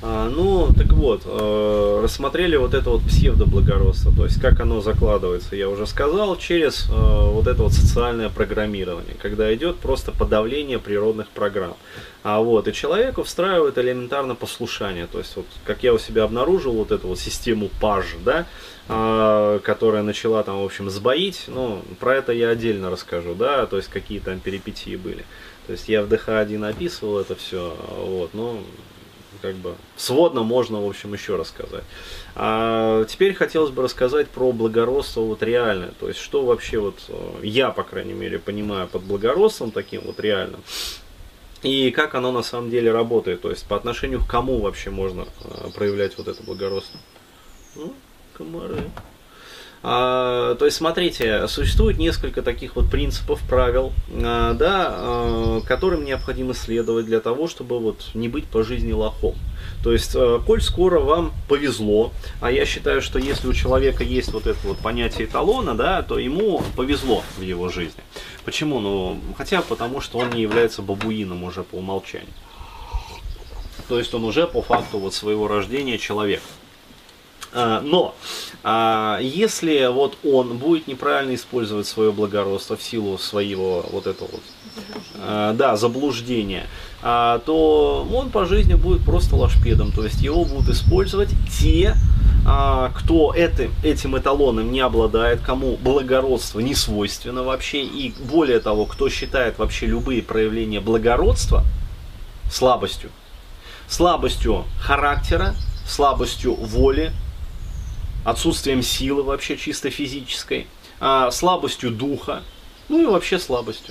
Ну, так вот, рассмотрели вот это вот псевдоблагородство, то есть как оно закладывается, я уже сказал, через вот это вот социальное программирование, когда идет просто подавление природных программ. И человеку встраивают элементарно послушание, то есть вот как я у себя обнаружил вот эту вот систему PAJ, да, которая начала там, в общем, сбоить, ну, про это я отдельно расскажу, да, то есть какие там перипетии были. То есть я в ДХ-1 описывал это все, ну, как бы сводно можно, в общем, еще рассказать. Теперь хотелось бы рассказать про благородство вот реальное, то есть что вообще вот я, по крайней мере, понимаю под благородством таким вот реальным, и как оно на самом деле работает, то есть по отношению к кому вообще можно проявлять вот это благородство. Ну, комары. То есть, смотрите, существует несколько таких вот принципов, правил, которым необходимо следовать для того, чтобы вот не быть по жизни лохом. То есть, коль скоро вам повезло, а я считаю, что если у человека есть вот это вот понятие эталона, да, то ему повезло в его жизни. Почему? Ну, хотя потому, что он не является бабуином уже по умолчанию. То есть, он уже по факту вот своего рождения человек. Но если вот он будет неправильно использовать свое благородство в силу своего вот этого вот заблуждения, то он по жизни будет просто лошпедом, то есть его будут использовать те, кто этим эталоном не обладает, кому благородство не свойственно вообще, и более того, кто считает вообще любые проявления благородства слабостью характера, слабостью воли, отсутствием силы вообще чисто физической, слабостью духа, ну и вообще слабостью.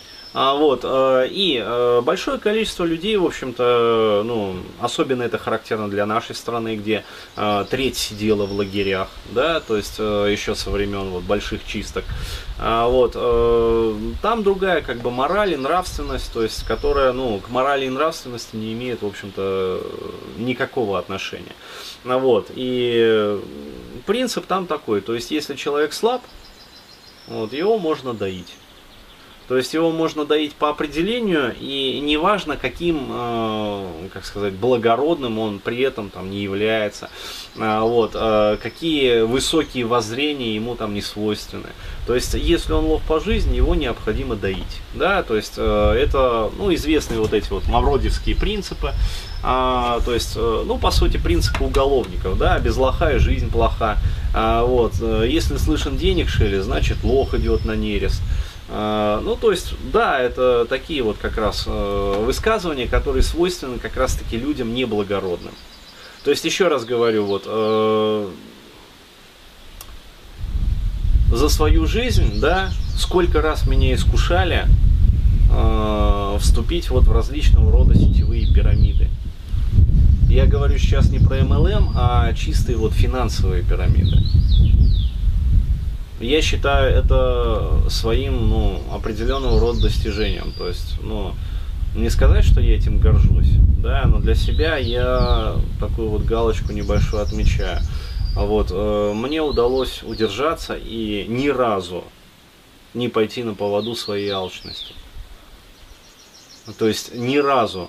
И большое количество людей, в общем-то, ну, особенно это характерно для нашей страны, где треть сидела в лагерях, да, то есть еще со времен вот больших чисток. Там другая как бы мораль и нравственность, то есть которая, ну, к морали и нравственности не имеет, в общем-то, никакого отношения. И принцип там такой, то есть если человек слаб, его можно доить. То есть его можно доить по определению, и неважно, каким, как сказать, благородным он при этом там не является, какие высокие воззрения ему там не свойственны. То есть, если он лох по жизни, его необходимо доить. Да? То есть, это, ну, известные вот эти вот мавродиевские принципы, то есть, ну, по сути, принципы уголовников, да, без лоха и жизнь плоха. Если слышен денег шелест, значит лох идет на нерест. Ну, то есть, да, это такие вот как раз высказывания, которые свойственны как раз-таки людям неблагородным. То есть, еще раз говорю, вот, за свою жизнь, да, сколько раз меня искушали вступить вот в различного рода сетевые пирамиды. Я говорю сейчас не про MLM, а чистые вот финансовые пирамиды. Я считаю это своим, ну, определенного рода достижением. То есть, ну, не сказать, что я этим горжусь, да, но для себя я такую вот галочку небольшую отмечаю. Мне удалось удержаться и ни разу не пойти на поводу своей алчности. То есть ни разу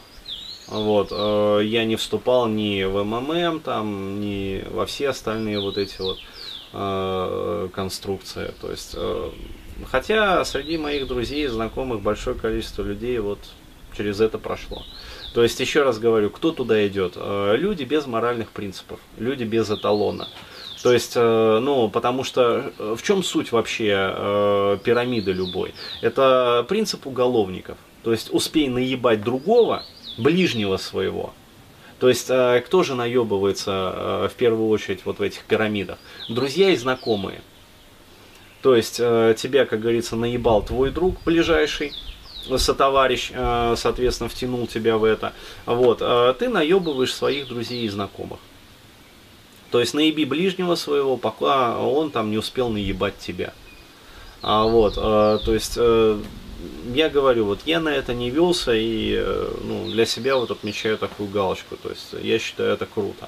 я не вступал ни в МММ, там, ни во все остальные вот эти вот конструкции. То есть, хотя среди моих друзей и знакомых большое количество людей вот через это прошло. То есть, еще раз говорю, кто туда идет? Люди без моральных принципов, люди без эталона. То есть, ну, потому что в чем суть вообще пирамиды любой? Это принцип уголовников. То есть, успей наебать другого, ближнего своего. То есть, кто же наебывается в первую очередь вот в этих пирамидах? Друзья и знакомые. То есть, тебя, как говорится, наебал твой друг ближайший, сотоварищ, соответственно, втянул тебя в это. Ты наебываешь своих друзей и знакомых. То есть, наеби ближнего своего, пока он там не успел наебать тебя. То есть, я говорю, вот я на это не велся и, ну, для себя вот отмечаю такую галочку. То есть, я считаю это круто.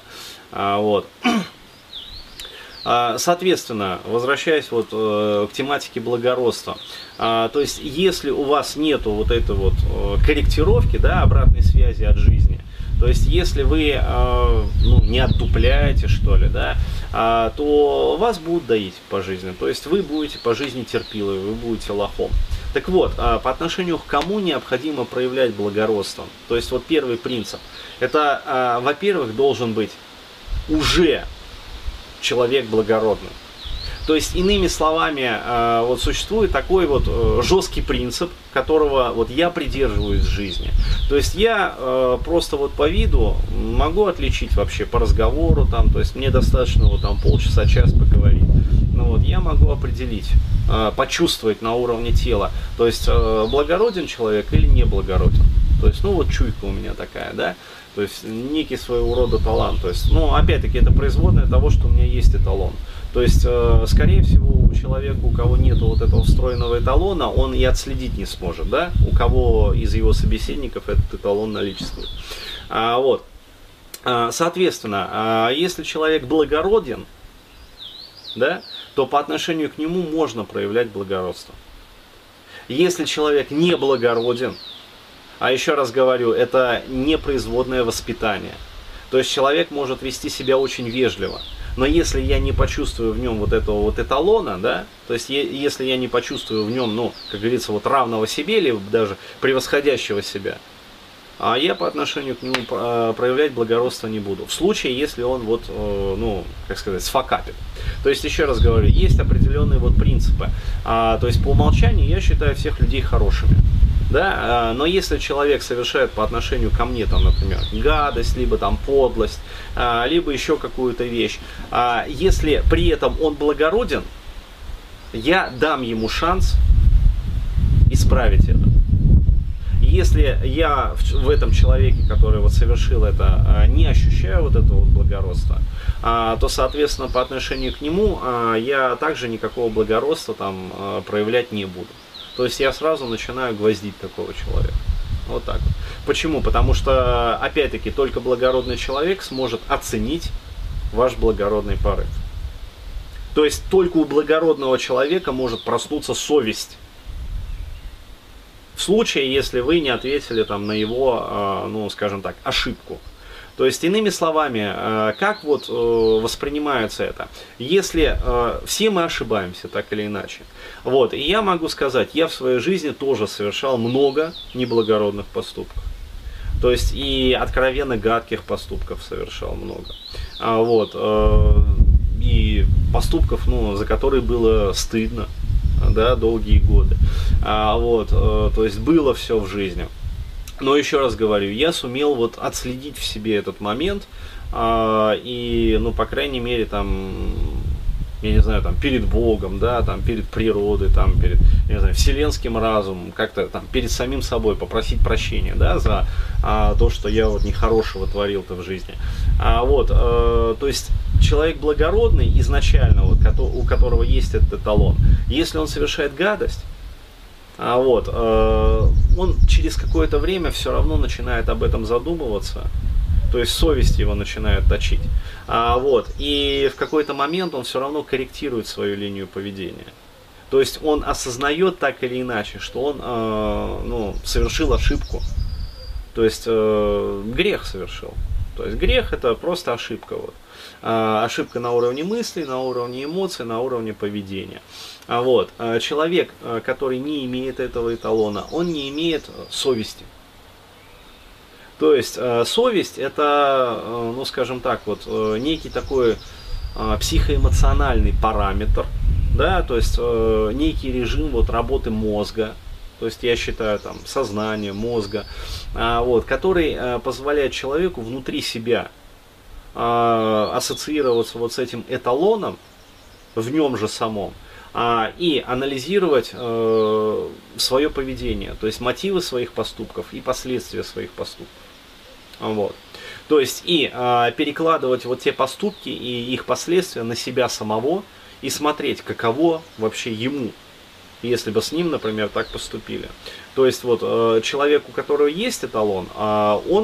Соответственно, возвращаясь вот к тематике благородства, то есть, если у вас нету вот этой вот корректировки, да, обратной связи от жизни, То есть, если вы ну, не отдупляете, что ли, да, то вас будут доить по жизни. То есть, вы будете по жизни терпилой, вы будете лохом. Так вот, по отношению к кому необходимо проявлять благородство? То есть, вот первый принцип. Это, во-первых, должен быть уже человек благородный. То есть, иными словами, вот существует такой вот жесткий принцип, которого вот я придерживаюсь в жизни. То есть, я просто вот по виду могу отличить вообще по разговору, там, то есть, мне достаточно вот там полчаса-час поговорить. Ну, вот, я могу определить, почувствовать на уровне тела, то есть, благороден человек или не благороден. То есть, ну вот чуйка у меня такая, да, то есть некий своего рода талант. То есть, ну, опять-таки, это производное того, что у меня есть эталон. То есть, скорее всего, у человека, у кого нет вот этого встроенного эталона, он и отследить не сможет, да, у кого из его собеседников этот эталон наличествует. Вот. Соответственно, если человек благороден, да, то по отношению к нему можно проявлять благородство. Если человек не благороден, а еще раз говорю, это непроизводное воспитание. То есть человек может вести себя очень вежливо. Но если я не почувствую в нем вот этого вот эталона, да, то есть если я не почувствую в нем, ну, как говорится, вот равного себе или даже превосходящего себя, а я по отношению к нему проявлять благородство не буду. В случае, если он вот, ну, как сказать, сфакапит. То есть, еще раз говорю, есть определенные вот принципы. То есть, по умолчанию я считаю всех людей хорошими. Да, но если человек совершает по отношению ко мне, там, например, гадость, либо там подлость, либо еще какую-то вещь, если при этом он благороден, я дам ему шанс исправить это. Если я в этом человеке, который вот совершил это, не ощущаю вот этого вот благородства, то, соответственно, по отношению к нему я также никакого благородства там проявлять не буду. То есть я сразу начинаю гвоздить такого человека. Вот так вот. Почему? Потому что, опять-таки, только благородный человек сможет оценить ваш благородный порыв. То есть только у благородного человека может проснуться совесть. В случае, если вы не ответили там на его, ну, скажем так, ошибку. То есть, иными словами, как вот воспринимается это? Если все мы ошибаемся, так или иначе. Вот, и я могу сказать, я в своей жизни тоже совершал много неблагородных поступков. То есть, и откровенно гадких поступков совершал много. Вот, и поступков, ну, за которые было стыдно, да, долгие годы. Вот, то есть, было все в жизни. Но еще раз говорю, я сумел вот отследить в себе этот момент, и, ну, по крайней мере, там, я не знаю, там, перед Богом, да, там, перед природой, там, перед, я не знаю, вселенским разумом, как-то там, перед самим собой попросить прощения, да, за то, что я вот нехорошего творил-то в жизни. Вот, то есть, человек благородный изначально, вот, у которого есть этот эталон, если он совершает гадость, вот, он через какое-то время все равно начинает об этом задумываться, то есть совесть его начинает точить. Вот, и в какой-то момент он все равно корректирует свою линию поведения. То есть он осознает так или иначе, что он ну, совершил ошибку, то есть грех совершил. То есть грех это просто ошибка. Вот. Ошибка на уровне мыслей, на уровне эмоций, на уровне поведения. Вот. Человек, который не имеет этого эталона, он не имеет совести. То есть совесть это, ну скажем так, вот некий такой психоэмоциональный параметр, да, то есть некий режим вот работы мозга. То есть я считаю там сознание, мозга, вот, который позволяет человеку внутри себя ассоциироваться вот с этим эталоном в нем же самом и анализировать свое поведение, то есть мотивы своих поступков и последствия своих поступков. Вот. То есть и перекладывать вот те поступки и их последствия на себя самого и смотреть, каково вообще ему, если бы с ним, например, так поступили. То есть вот человек, у которого есть эталон, он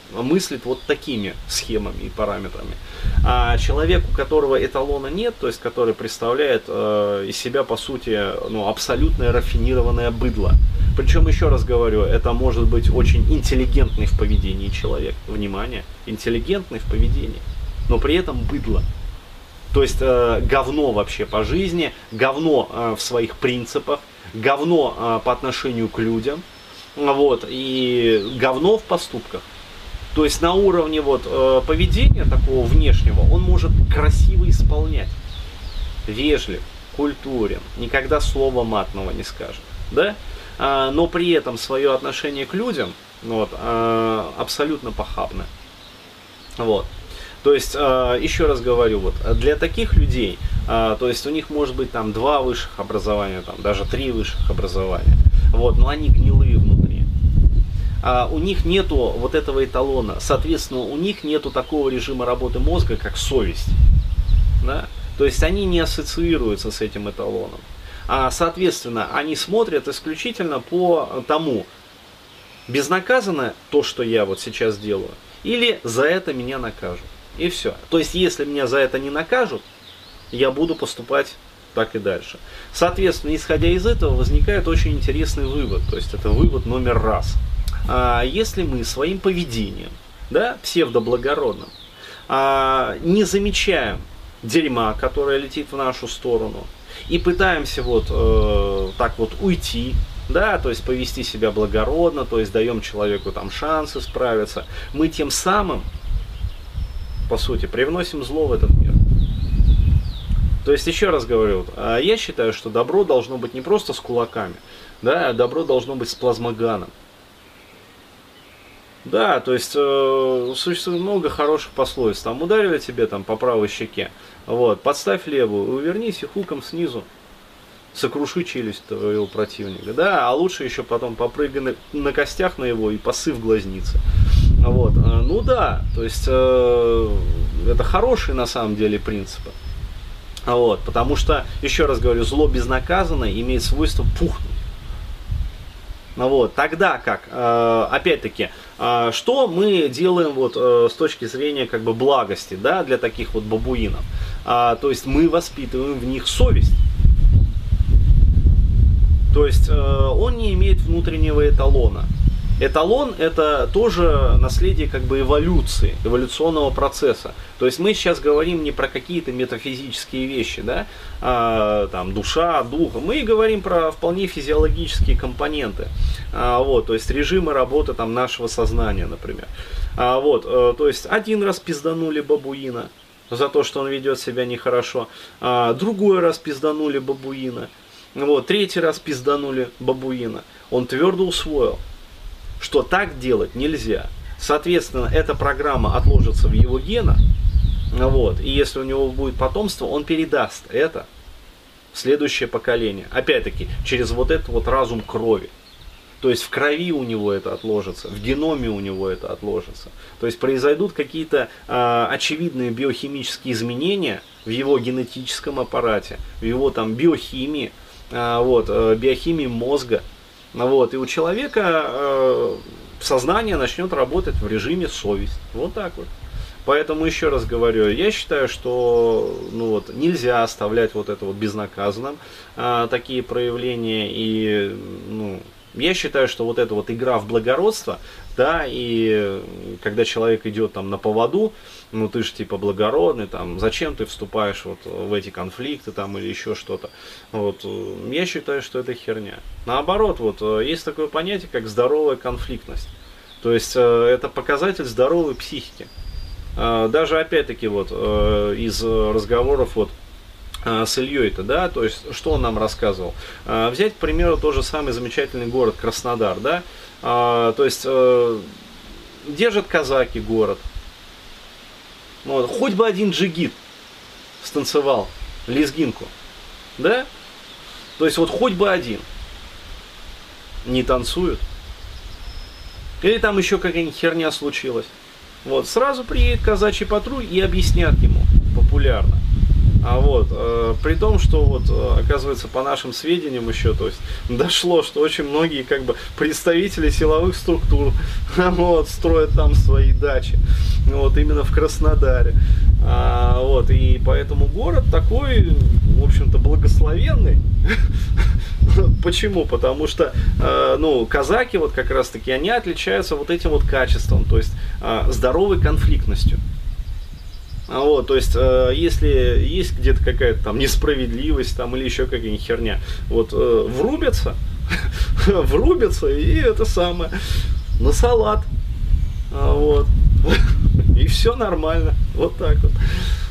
мыслит вот такими схемами и параметрами. А человек, у которого эталона нет, то есть который представляет из себя, по сути, ну, абсолютное рафинированное быдло. Причем, еще раз говорю, это может быть очень интеллигентный в поведении человек. Внимание, интеллигентный в поведении, но при этом быдло. То есть говно вообще по жизни, говно в своих принципах, говно по отношению к людям, вот, и говно в поступках. То есть на уровне вот поведения такого внешнего он может красиво исполнять, вежлив, культурен, никогда слова матного не скажет, да? Но при этом свое отношение к людям вот, абсолютно похабное. Вот. То есть, еще раз говорю, вот, для таких людей, то есть у них может быть там 2 высших образования, там, даже 3 высших образования, вот, но они гнилые внутри. У них нету вот этого эталона, соответственно, у них нету такого режима работы мозга, как совесть. Да? То есть они не ассоциируются с этим эталоном. Соответственно, они смотрят исключительно по тому, безнаказанно то, что я вот сейчас делаю, или за это меня накажут. И все. То есть, если меня за это не накажут, я буду поступать так и дальше. Соответственно, исходя из этого, возникает очень интересный вывод. То есть, это вывод номер раз. Если мы своим поведением, да, псевдоблагородным, не замечаем дерьма, которое летит в нашу сторону, и пытаемся вот так вот уйти, да, то есть повести себя благородно, то есть даем человеку там шанс исправиться, мы тем самым, по сути, привносим зло в этот мир. То есть, еще раз говорю, я считаю, что добро должно быть не просто с кулаками, да, а добро должно быть с плазмоганом. Да, то есть существует много хороших пословиц. Там ударили тебе там по правой щеке, вот, подставь левую, увернись и хуком снизу сокруши челюсть твоего противника. Да, а лучше еще потом попрыгай на костях на его и посыв глазницы. Вот, ну да, то есть это хорошие на самом деле принципы. Вот, потому что, еще раз говорю, зло безнаказанное имеет свойство пухнуть. Вот, тогда как, опять-таки, что мы делаем вот с точки зрения как бы благости, да, для таких вот бабуинов? То есть мы воспитываем в них совесть. То есть он не имеет внутреннего эталона. Эталон — это тоже наследие как бы эволюции, эволюционного процесса. То есть мы сейчас говорим не про какие-то метафизические вещи, да, там душа, дух. Мы говорим про вполне физиологические компоненты. Вот, то есть режимы работы там нашего сознания, например. Вот, то есть один раз пизданули бабуина за то, что он ведет себя нехорошо, другой раз пизданули бабуина, вот, третий раз пизданули бабуина. Он твердо усвоил, что так делать нельзя. Соответственно, эта программа отложится в его генах, вот, и если у него будет потомство, он передаст это в следующее поколение. Опять-таки, через вот этот вот разум крови. То есть в крови у него это отложится, в геноме у него это отложится. То есть произойдут какие-то очевидные биохимические изменения в его генетическом аппарате, в его там биохимии, вот, биохимии мозга. Вот, и у человека сознание начнет работать в режиме совесть. Вот так вот. Поэтому еще раз говорю, я считаю, что ну вот, нельзя оставлять вот это вот безнаказанным, такие проявления. И ну, я считаю, что вот эта вот игра в благородство, да, и когда человек идет там на поводу, ну ты же типа благородный, там, зачем ты вступаешь вот в эти конфликты там или еще что-то, вот, я считаю, что это херня. Наоборот, вот, есть такое понятие, как здоровая конфликтность, то есть это показатель здоровой психики. Даже опять-таки вот из разговоров вот с Ильей-то, да, то есть что он нам рассказывал. Взять, к примеру, тот же самый замечательный город Краснодар, да, то есть держат казаки город. Вот, хоть бы один джигит станцевал лезгинку, да, то есть вот хоть бы один не танцуют. Или там еще какая-нибудь херня случилась. Вот, сразу приедет казачий патруль и объяснят ему популярно. При том, что оказывается, по нашим сведениям еще, то есть дошло, что очень многие как бы представители силовых структур строят там свои дачи, именно в Краснодаре. И поэтому город такой, в общем-то, благословенный. Почему? Потому что, казаки как раз-таки, они отличаются этим качеством, то есть здоровой конфликтностью. То есть, если есть где-то какая-то там несправедливость там, или еще какая-нибудь херня, врубятся, и это самое, на салат, и все нормально, вот так вот.